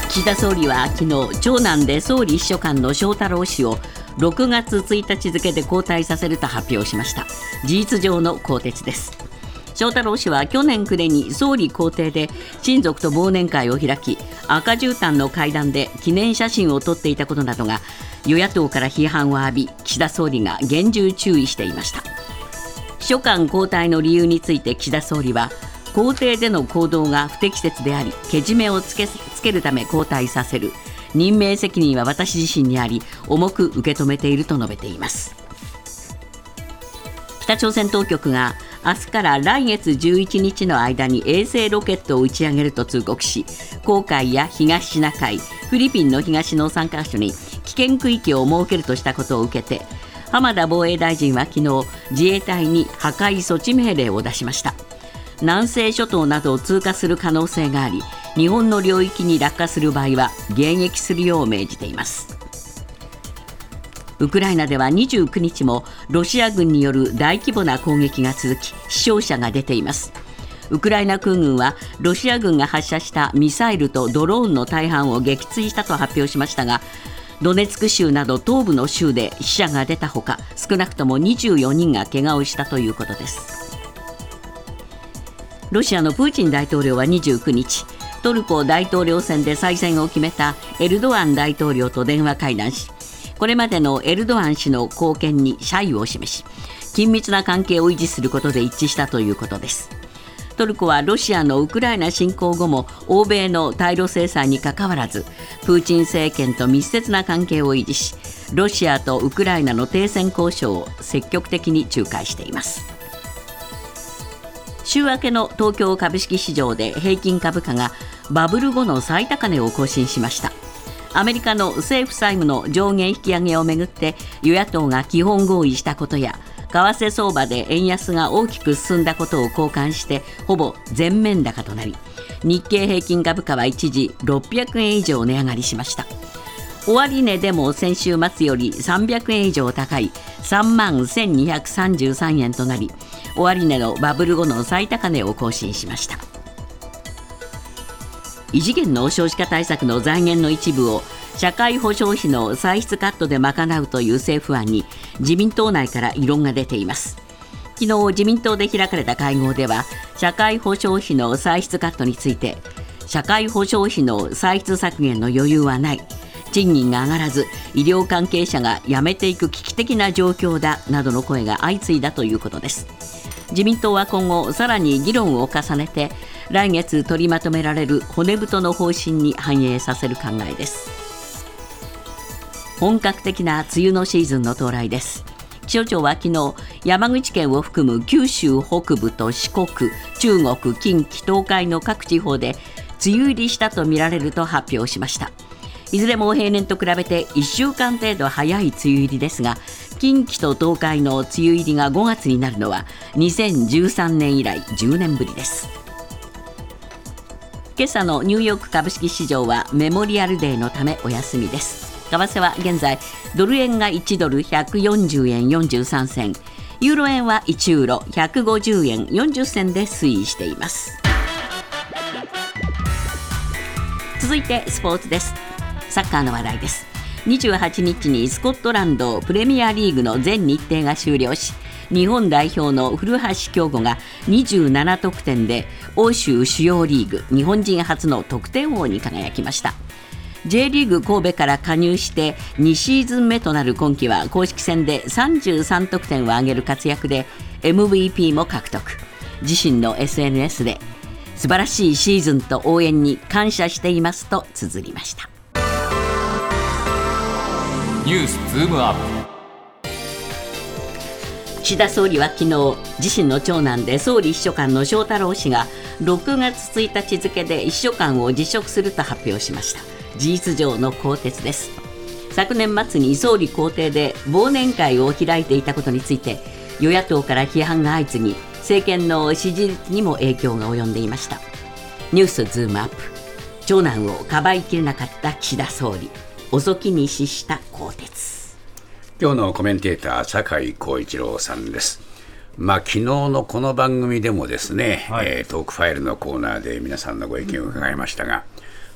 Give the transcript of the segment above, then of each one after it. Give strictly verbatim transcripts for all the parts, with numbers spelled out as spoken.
岸田総理は昨日、長男で総理秘書官の翔太郎氏をろくがつついたち付で交代させると発表しました。事実上の更迭です。翔太郎氏は去年暮れに総理公邸で親族と忘年会を開き、赤絨毯の階段で記念写真を撮っていたことなどが与野党から批判を浴び、岸田総理が厳重注意していました。秘書官交代の理由について岸田総理は、公邸での行動が不適切であり、けじめをつけ、つけるため交代させる。任命責任は私自身にあり、重く受け止めていると述べています。北朝鮮当局が明日から来月じゅういちにちの間に衛星ロケットを打ち上げると通告し、黄海や東シナ海、フィリピンの東のさんかしょに危険区域を設けるとしたことを受けて、浜田防衛大臣は昨日、自衛隊に破壊措置命令を出しました。南西諸島などを通過する可能性があり、日本の領域に落下する場合は迎撃するよう命じています。ウクライナではにじゅうくにちもロシア軍による大規模な攻撃が続き、死傷者が出ています。ウクライナ空軍はロシア軍が発射したミサイルとドローンの大半を撃墜したと発表しましたが、ドネツク州など東部の州で死者が出たほか、少なくともにじゅうよにんが怪我をしたということです。ロシアのプーチン大統領はにじゅうくにち、トルコ大統領選で再選を決めたエルドアン大統領と電話会談し、これまでのエルドアン氏の貢献に謝意を示し、緊密な関係を維持することで一致したということです。トルコはロシアのウクライナ侵攻後も欧米の対ロ制裁にかかわらず、プーチン政権と密接な関係を維持し、ロシアとウクライナの停戦交渉を積極的に仲介しています。週明けの東京株式市場で平均株価がバブル後の最高値を更新しました。アメリカの政府債務の上限引き上げをめぐって与野党が基本合意したことや、為替相場で円安が大きく進んだことを好感してほぼ全面高となり、日経平均株価は一時ろっぴゃくえん以上値上がりしました。終値でも先週末よりさんびゃくえん以上高いさんまんせんにひゃくさんじゅうさんえんとなり、終値のバブル後の最高値を更新しました。異次元の少子化対策の財源の一部を社会保障費の歳出カットで賄うという政府案に自民党内から異論が出ています。昨日自民党で開かれた会合では、社会保障費の歳出カットについて、社会保障費の歳出削減の余裕はない、賃金が上がらず医療関係者が辞めていく危機的な状況だなどの声が相次いだということです。自民党は今後さらに議論を重ねて、来月取りまとめられる骨太の方針に反映させる考えです。本格的な梅雨のシーズンの到来です。気象庁は昨日、山口県を含む九州北部と四国、中国、近畿、東海の各地方で梅雨入りしたとみられると発表しました。いずれも平年と比べていっしゅうかん程度早い梅雨入りですが、近畿と東海の梅雨入りがごがつになるのはにせんじゅうさんねん以来じゅうねんぶりです。今朝のニューヨーク株式市場はメモリアルデーのためお休みです。為替は現在ドル円がいちドルひゃくよんじゅうえんよんじゅうさんせん、ユーロ円はいちユーロひゃくごじゅうえんよんじゅっせんで推移しています。続いてスポーツです。サッカーの話題です。にじゅうはちにちにスコットランドプレミアリーグの全日程が終了し、日本代表の古橋亨梧がにじゅうななとくてんで欧州主要リーグ日本人初の得点王に輝きました。 J リーグ神戸から加入してにシーズン目となる今季は、公式戦でさんじゅうさんとくてんを挙げる活躍で エムブイピー も獲得。自身の エスエヌエス で素晴らしいシーズンと応援に感謝していますと綴りました。 ニュースズームアップ。 岸田総理は昨日、自身の長男で総理秘書官の翔太郎氏がろくがつついたち付で秘書官を辞職すると発表しました。事実上の更迭です。昨年末に総理公邸で忘年会を開いていたことについて、与野党から批判が相次ぎ、政権の支持率にも影響が及んでいました。ニュースズームアップ。長男をかばいきれなかった岸田総理、遅きに失した更迭。 今日のコメンテーター酒井光一郎さんです。まあ、昨日のこの番組でもですね、はい、えー、トークファイルのコーナーで皆さんのご意見を伺いましたが、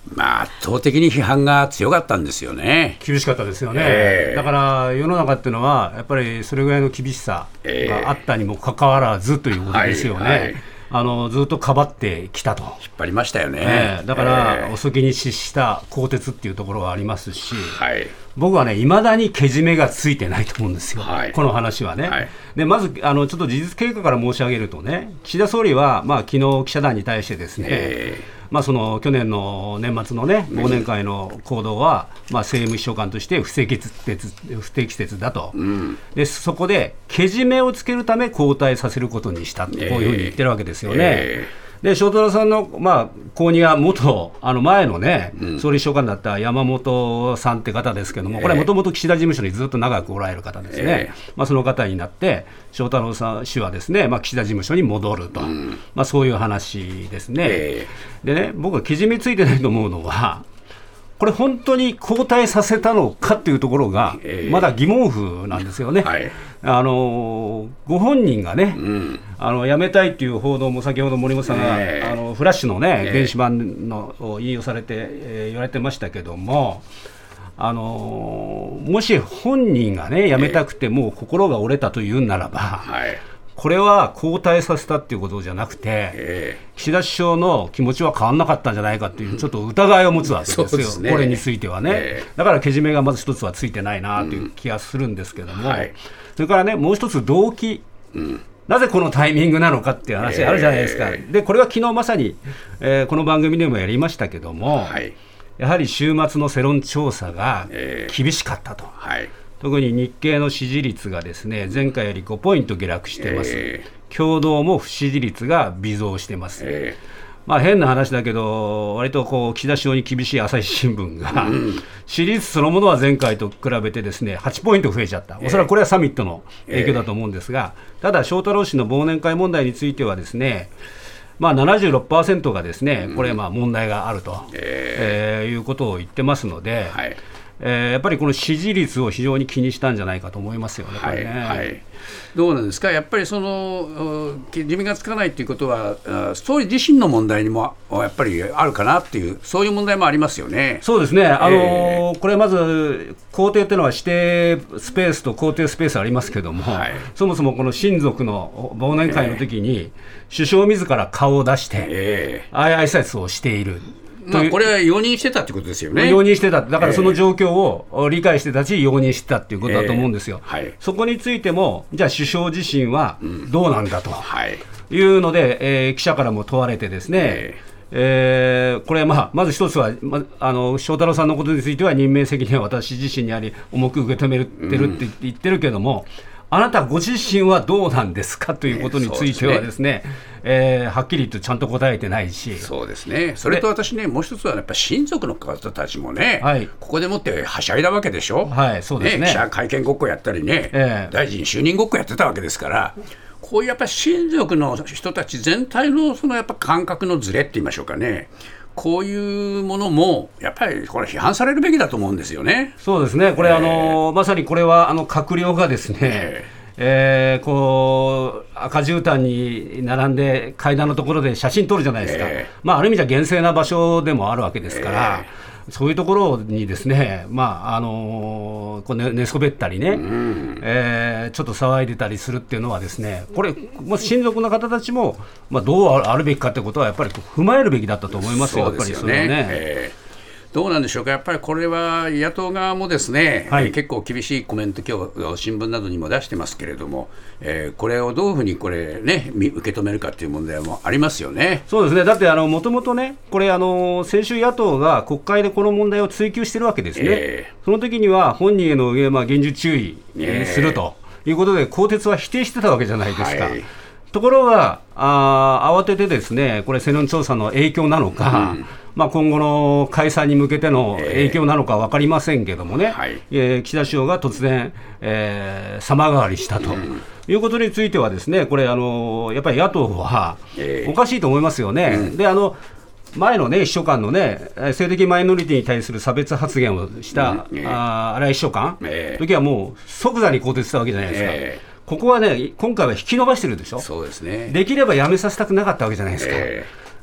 まあ、圧倒的に批判が強かったんですよね。 厳しかったですよね、 えー、 だから世の中っていうのはやっぱりそれぐらいの厳しさがあったにもかかわらずということですよね、はいはい、あのずっとかばってきたと。 引っ張りましたよね、 えー、だから、えー、遅きに失した更迭っていうところはありますし、 はい、 僕はねいまだにけじめがついてないと思うんですよ、はい、この話はね、はい、でまずあのちょっと事実経過から申し上げるとね、岸田総理は、まあ、昨日記者団に対してですね、えーまあ、その去年の年末の、ね、忘年会の行動は、まあ、政務秘書官として不適切、不適切だと、うん、でそこでけじめをつけるため交代させることにしたと、こういうふうに言ってるわけですよね。えーで翔太郎さんの、まあ、後任は元あの前の、ねうん、総理秘書官だった山本さんって方ですけども、これはもともと岸田事務所にずっと長くおられる方ですね、えーまあ、その方になって翔太郎さん氏はですね、まあ、岸田事務所に戻ると、うんまあ、そういう話ですね、えー、でね僕はけじめついてないと思うのは、これ本当に交代させたのかっていうところがまだ疑問符なんですよね、えーはい、あのご本人がね、うん、あの辞めたいっていう報道も先ほど森本さんが、えー、あのフラッシュのね、えー、電子版のを引用されて、えー、言われてましたけども、あのもし本人がね辞めたくてもう心が折れたというならば、はいこれは交代させたっていうことじゃなくて、えー、岸田首相の気持ちは変わらなかったんじゃないかっていうちょっと疑いを持つわけですよ、うんね、これについてはね、えー、だからけじめがまず一つはついてないなという気がするんですけども、うんはい、それからねもう一つ動機、うん、なぜこのタイミングなのかっていう話あるじゃないですか、えー、でこれは昨日まさに、えー、この番組でもやりましたけども、はい、やはり週末の世論調査が厳しかったと、えーはい特に日経の支持率がですね前回よりごポイント下落しています、えー、共同も不支持率が微増しています、えーまあ、変な話だけど割とこう岸田首相に厳しい朝日新聞が、うん、支持率そのものは前回と比べてですねはちポイント増えちゃった、おそらくこれはサミットの影響だと思うんですが、えー、ただ翔太郎氏の忘年会問題についてはですねまあ、ななじゅうろくパーセント がですねこれまあ問題があると、えーえー、いうことを言ってますので、はいえー、やっぱりこの支持率を非常に気にしたんじゃないかと思いますよね、これねはいはい、どうなんですか、やっぱりそのけじめがつかないということは総理自身の問題にもやっぱりあるかなっていう、そういう問題もありますよね。 そうですね、あのーえー、これまず公邸というのは指定スペースと公邸スペースありますけども、はい、そもそもこの親族の忘年会の時に、えー、首相自ら顔を出して、えー、挨拶をしている。 まあ、これは容認してたってことですよね。 容認してた、だからその状況を理解してたし、容認してたっていうことだと思うんですよ、えーはい、そこについてもじゃあ首相自身はどうなんだというので、えー、記者からも問われてですね、えーえー、これ、まあ、まず一つは、ま、あの翔太郎さんのことについては任命責任は私自身にあり重く受け止めてるって言ってるけども、うん、あなたご自身はどうなんですかということについてはですね、えー、はっきりとちゃんと答えてないし、 そうですね、それと私ねもう一つはやっぱ親族の方たちもね、はい、ここでもってはしゃいだわけでしょ、 はい、そうですね、 記者会見ごっこやったりね、えー、大臣就任ごっこやってたわけですから、こういうやっぱり親族の人たち全体のそのやっぱ感覚のズレって言いましょうかね、こういうものもやっぱりこれ批判されるべきだと思うんですよね。 そうですね、これ、えー、あのまさにこれはあの閣僚がですね、えーえー、こう赤絨毯に並んで階段のところで写真撮るじゃないですか、えーまあ、ある意味じゃ厳正な場所でもあるわけですから、えー、そういうところにですね、まああのー、こう 寝, 寝そべったりね、うんえー、ちょっと騒いでたりするっていうのはですね、これも親族の方たちも、まあ、どうあるべきかってことはやっぱり踏まえるべきだったと思いますよ。 そうですよね、やっぱりそれはね、えーどうなんでしょうか、やっぱりこれは野党側もですね、はい、結構厳しいコメント、今日新聞などにも出してますけれども、えー、これをどういうふうにこれ、ね、受け止めるかという問題もありますよね。 そうですね、だってもともとね、これあの、先週、野党が国会でこの問題を追及してるわけですね、えー、その時には本人への、まあ、厳重注意するということで、更迭は否定してたわけじゃないですか。はいところがあ慌ててですね、これ世論調査の影響なのか、うんまあ、今後の解散に向けての影響なのか分かりませんけどもね、えーはいえー、岸田首相が突然、えー、様変わりしたと、うん、いうことについてはですね、これあのやっぱり野党はおかしいと思いますよね。うん、であの前の、ね、秘書官の、ね、性的マイノリティに対する差別発言をした、うんえー、あ荒井秘書官の、えー、時はもう即座に更迭したわけじゃないですか。えーここはね、今回は引き延ばしてるでしょ。 そうですね。 できればやめさせたくなかったわけじゃないですか。えー、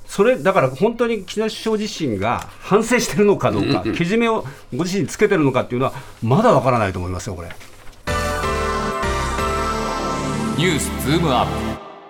それだから本当に岸田首相自身が反省してるのかどうか、けじめをご自身につけてるのかっていうのはまだわからないと思いますよ、これ。 ニュースズームアップ。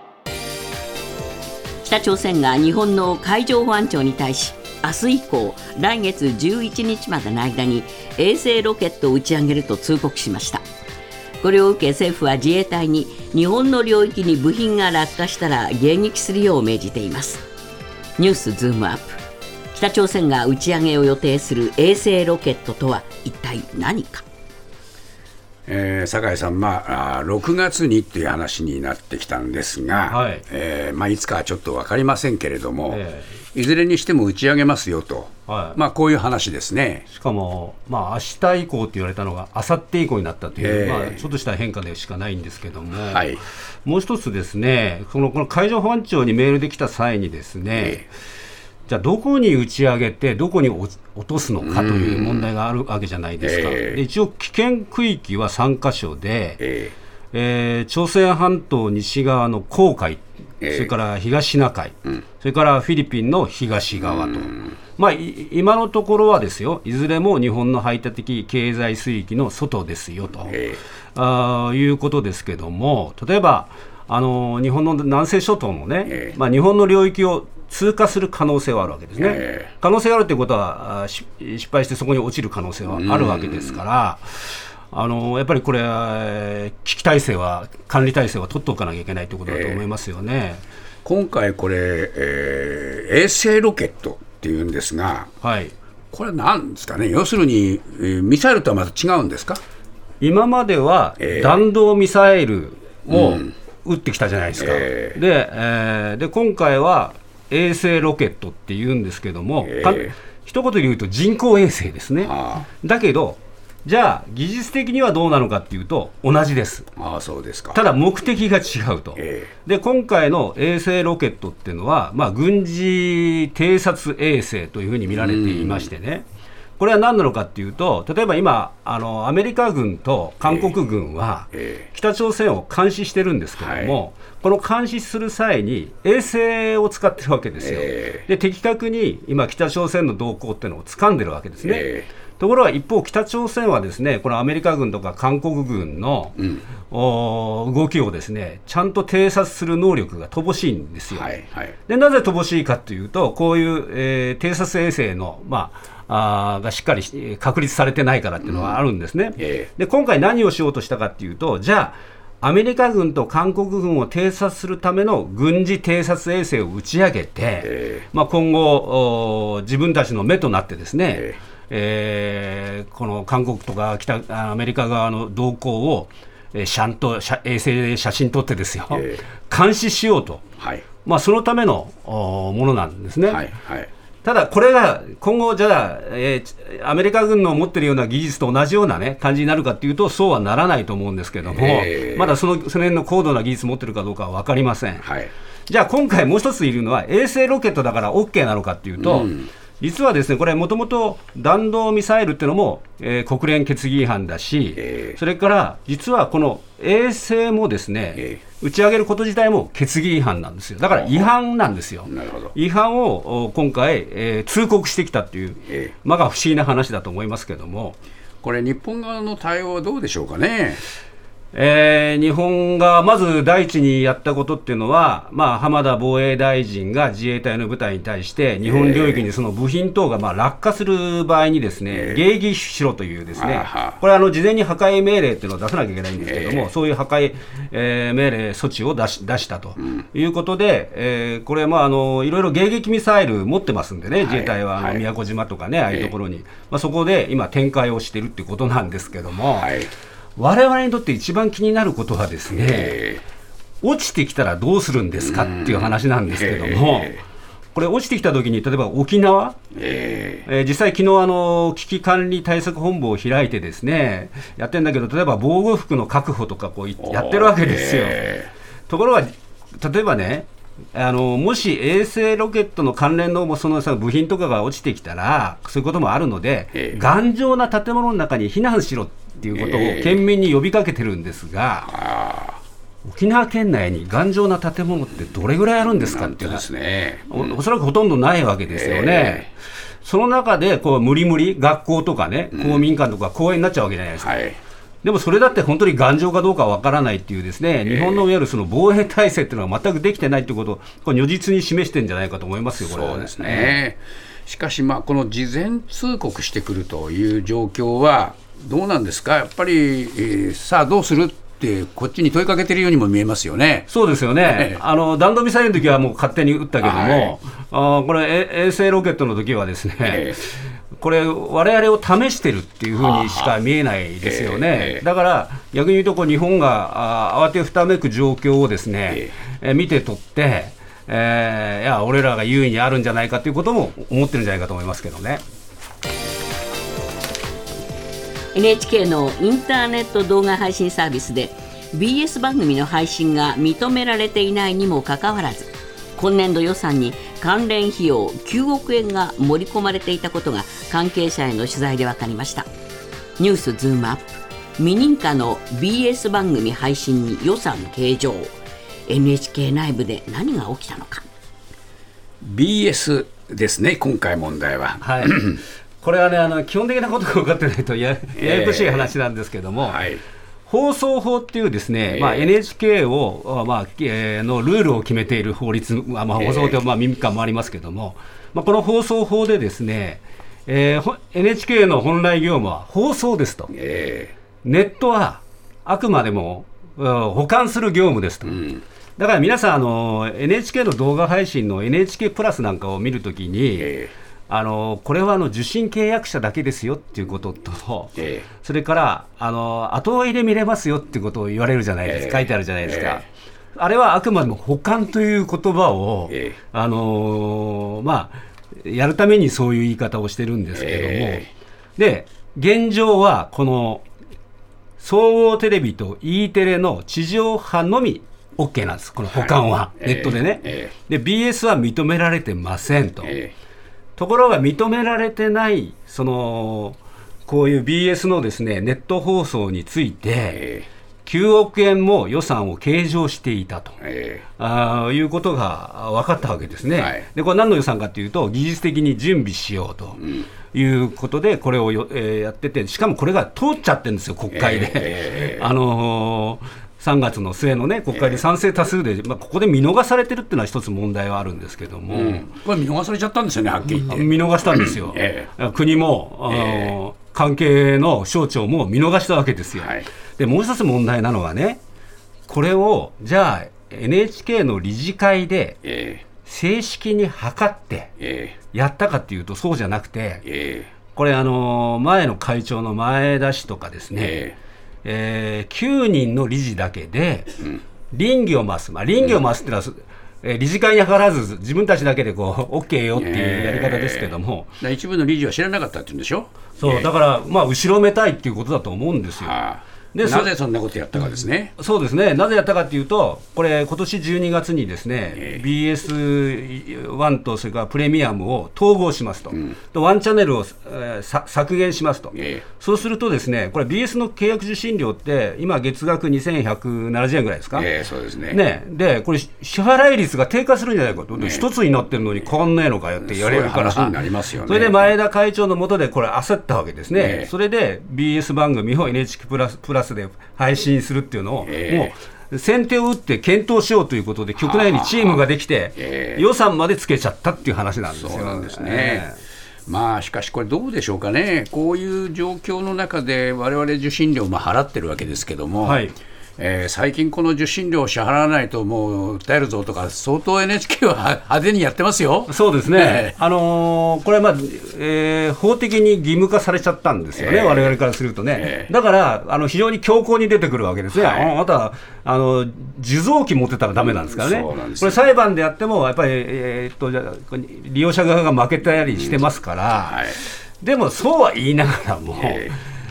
北朝鮮が日本の海上保安庁に対し、明日以降来月じゅういちにちまでの間に衛星ロケットを打ち上げると通告しました。これを受け政府は自衛隊に日本の領域に部品が落下したら迎撃するよう命じています。ニュースズームアップ。北朝鮮が打ち上げを予定する衛星ロケットとは一体何か。 えー、酒井さん、まあ、ろくがつにっていう話になってきたんですが、はいえーまあ、いつかはちょっと分かりませんけれども、えー、いずれにしても打ち上げますよと、はいまあ、こういう話ですね。 しかも、まあ、明日以降と言われたのがあさって以降になったという、えーまあ、ちょっとした変化でしかないんですけども、はい、もう一つですね、この、この海上保安庁にメールできた際にですね、えーじゃあどこに打ち上げてどこに落とすのかという問題があるわけじゃないですか、えー、で一応危険区域はさんかしょで、えーえー、朝鮮半島西側の黄海、えー、それから東シナ海、うん、それからフィリピンの東側と、まあ、今のところはですよ、いずれも日本の排他的経済水域の外ですよと、えー、あいうことですけども、例えばあの日本の南西諸島のね、えーまあ、日本の領域を通過する可能性はあるわけですね、えー、可能性があるということは失敗してそこに落ちる可能性はあるわけですから、あのやっぱりこれ危機体制は管理体制は取っておかなきゃいけないということだと思いますよね、えー、 今回これ、えー、衛星ロケットっていうんですが、はい、これなんですかね。要するに、えー、ミサイルとはまた違うんですか。 今までは弾道ミサイルを撃ってきたじゃないですか、えーでえー、で今回は衛星ロケットって言うんですけども、えー、一言で言うと人工衛星ですね。あだけどじゃあ技術的にはどうなのかっていうと同じです。 あそうですか。 ただ目的が違うと、えー、で今回の衛星ロケットっていうのは、まあ、軍事偵察衛星というふうに見られていましてね、これは何なのかっていうと、例えば今あのアメリカ軍と韓国軍は北朝鮮を監視してるんですけども、えーはい、この監視する際に衛星を使ってるわけですよ、えー、で的確に今北朝鮮の動向っていうのを掴んでるわけですね、えー、ところが一方北朝鮮はですね、このアメリカ軍とか韓国軍の、うん、動きをですねちゃんと偵察する能力が乏しいんですよ、はいはい、でなぜ乏しいかというと、こういう、えー、偵察衛星の、まああがしっかり確立されてないからっていうのがあるんですね、うんえー、で今回何をしようとしたかっていうと、じゃあアメリカ軍と韓国軍を偵察するための軍事偵察衛星を打ち上げて、えーまあ、今後自分たちの目となってですね、えーえー、この韓国とか北アメリカ側の動向をえー、ちゃんと衛星で写真撮ってですよ、えー、監視しようと、はいまあ、そのためのものなんですね、はいはいただこれが今後じゃあ、えー、アメリカ軍の持っているような技術と同じような、ね、感じになるかというとそうはならないと思うんですけども、えー、まだその、その辺の高度な技術を持っているかどうかは分かりません、はい、じゃあ今回もう一ついるのは衛星ロケットだから OK なのかというと、うん実はですねこれもともと弾道ミサイルっていうのも、えー、国連決議違反だし、えー、それから実はこの衛星もですね、えー、打ち上げること自体も決議違反なんですよ。だから違反なんですよ。なるほど。違反を今回、えー、通告してきたっていう、えー、まが不思議な話だと思いますけども、 これ日本側の対応はどうでしょうかね。 えー、日本がまず第一にやったことっていうのは、まあ、浜田防衛大臣が自衛隊の部隊に対して日本領域にその部品等がまあ落下する場合にですね、えー、迎撃しろというですね、これはあの事前に破壊命令っていうのを出さなきゃいけないんですけども、えー、そういう破壊、えー、命令措置を出し、出したということで、うんえー、これまああのいろいろ迎撃ミサイル持ってますんでね、自衛隊はあの、はい、宮古島とかねああいうところに、えーまあ、そこで今展開をしているっていうことなんですけども、はい我々にとって一番気になることはですね、えー、落ちてきたらどうするんですかっていう話なんですけども、えー、これ落ちてきたときに例えば沖縄、えーえー、実際昨日あの危機管理対策本部を開いてですねやってるんだけど、例えば防護服の確保とかこうやってるわけですよ、えー、ところが例えばねあのもし衛星ロケットの関連のその部品とかが落ちてきたらそういうこともあるので、えー、頑丈な建物の中に避難しろっていうことを県民に呼びかけてるんですが、えー、 沖縄県内に頑丈な建物ってどれぐらいあるんですかっていうのは、ね、うん、お, おそらくほとんどないわけですよね、えー、その中でこう無理無理学校とかね、公民館とか公園になっちゃうわけじゃないですか、はい、でもそれだって本当に頑丈かどうかわからないっていうですね、日本のいわゆるその防衛体制っていうのは全くできてないということをこれ如実に示してるんじゃないかと思いますよ、これはね。 そうですね。しかしまあこの事前通告してくるという状況はどうなんですか、やっぱり、えー、さあどうするってこっちに問いかけてるようにも見えますよね。 そうですよね、あの弾道ミサイルの時はもう勝手に撃ったけども、はい、あこれ衛星ロケットの時はですね、えー、これ我々を試してるっていうふうにしか見えないですよね、えー、だから逆に言うとこう日本があ慌てふためく状況をですね、えー、見て取って、えー、いや俺らが優位にあるんじゃないかということも思ってるんじゃないかと思いますけどね。 エヌエイチケー のインターネット動画配信サービスで ビーエス 番組の配信が認められていないにもかかわらず、今年度予算に関連費用きゅうおくえんが盛り込まれていたことが関係者への取材で分かりました。ニュースズームアップ、未認可の ビーエス 番組配信に予算計上、 エヌエイチケー 内部で何が起きたのか。 ビーエス ですね、今回問題は、 はいこれはね、あの基本的なことが分かってないと や, ややこしい話なんですけども、えーはい、放送法っていうですね、えーまあ、エヌエイチケー を、まあえー、のルールを決めている法律、まあ、放送法ってまあ民間もありますけども、まあ、この放送法でですね、えー、エヌエイチケー の本来業務は放送ですと、えー、ネットはあくまでも保管する業務ですと、うん、だから皆さんあの エヌエイチケー の動画配信の エヌエイチケー プラスなんかを見るときに、えーあのこれはあの受信契約者だけですよっていうことと、えー、それからあの後追いで見れますよっていうことを言われるじゃないですか、えー、書いてあるじゃないですか、えー、あれはあくまでも保管という言葉を、えーあのーまあ、やるためにそういう言い方をしてるんですけども、えー、で現状はこの総合テレビと E テレの地上波のみ OK なんです、この保管は、はい、ネットでね、えー、で ビーエス は認められてませんと、えーところが認められてないそのこういう ビーエス のですねネット放送について、えー、きゅうおくえんも予算を計上していたと、えー、あいうことが分かったわけですね、はい、でこれ何の予算かというと技術的に準備しようということでこれをよ、えー、やってて、しかもこれが通っちゃってるんですよ国会で、えー、あのーさんがつの末の、ね、国会で賛成多数で、えーまあ、ここで見逃されてるっていうのは一つ問題はあるんですけども、うん、 これ見逃されちゃったんですよね、はっきり言って見逃したんですよ、えー、国も、あのー、関係の省庁も見逃したわけですよ、はい、でもう一つ問題なのはね、これをじゃあ エヌエイチケー の理事会で正式に諮ってやったかっていうとそうじゃなくて、えー、これあのー、前の会長の前田氏とかですね、えーえー、きゅうにんの理事だけで稟議を増す、まあ、稟議を増すっていうのは、うんえー、理事会に諮らず自分たちだけでこう OK よっていうやり方ですけども、 えー、一部の理事は知らなかったって言うんでしょ。 そう、えー、だから、まあ、後ろめたいっていうことだと思うんですよ。はあ、 でなぜそんなことやったかですね、 うん、そうですね、なぜやったかというと、これ今年じゅうにがつにですね、えー、ビーエスワン とそれからプレミアムを統合しますと、うん、とワンチャンネルを、えー、削減しますと、えー、そうするとですね、これ ビーエス の契約受信料って今月額にせんひゃくななじゅうえんぐらいですか、 えー、そうですね。 ね、でこれ支払い率が低下するんじゃないかと、ね、一つになってるのに変わんないのかよって言われるから、 そういう話になりますよね。 それで前田会長の下でこれ焦ったわけですね、えー、それで ビーエス 番組を エヌエイチケー プラス、プラスで配信するっていうのを、えー、もう先手を打って検討しようということで局内にチームができて、えー、予算までつけちゃったっていう話なんですよ。 そうなんですね、えー、まあしかしこれどうでしょうかね、こういう状況の中で我々受信料も払ってるわけですけども、はい、えー、最近この受信料を支払わないともう訴えるぞとか相当 エヌエイチケー は派手にやってますよ。 そうですね、えーあのー、これは、まあえー、法的に義務化されちゃったんですよね、えー、我々からするとね、えー、だからあの非常に強硬に出てくるわけですね、はい、あ, あとはあの受贈機持ってたらダメなんですからね、うん、これ裁判でやってもやっぱり、えー、っと利用者側が負けたりしてますから、うんはい、でもそうは言いながらも、えー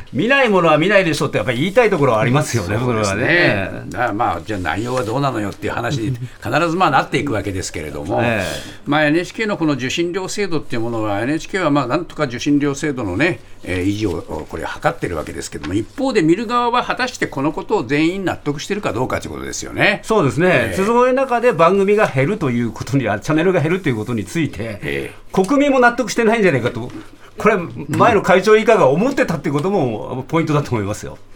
見ないものは見ないでしょってやっぱり言いたいところはありますよね、それはね。 だからまあじゃあ内容はどうなのよっていう話に必ずまあなっていくわけですけれども、えーまあ、エヌエイチケー のこの受信料制度っていうものは エヌエイチケー はまあなんとか受信料制度のね、えー、維持をこれ図ってるわけですけども、一方で見る側は果たしてこのことを全員納得してるかどうかということですよね。 そうですね、都合の中で番組が減るということには、チャンネルが減るということについて、えー、国民も納得してないんじゃないかと、これ前の会長以下が思ってたっていうこともポイントだと思いますよ。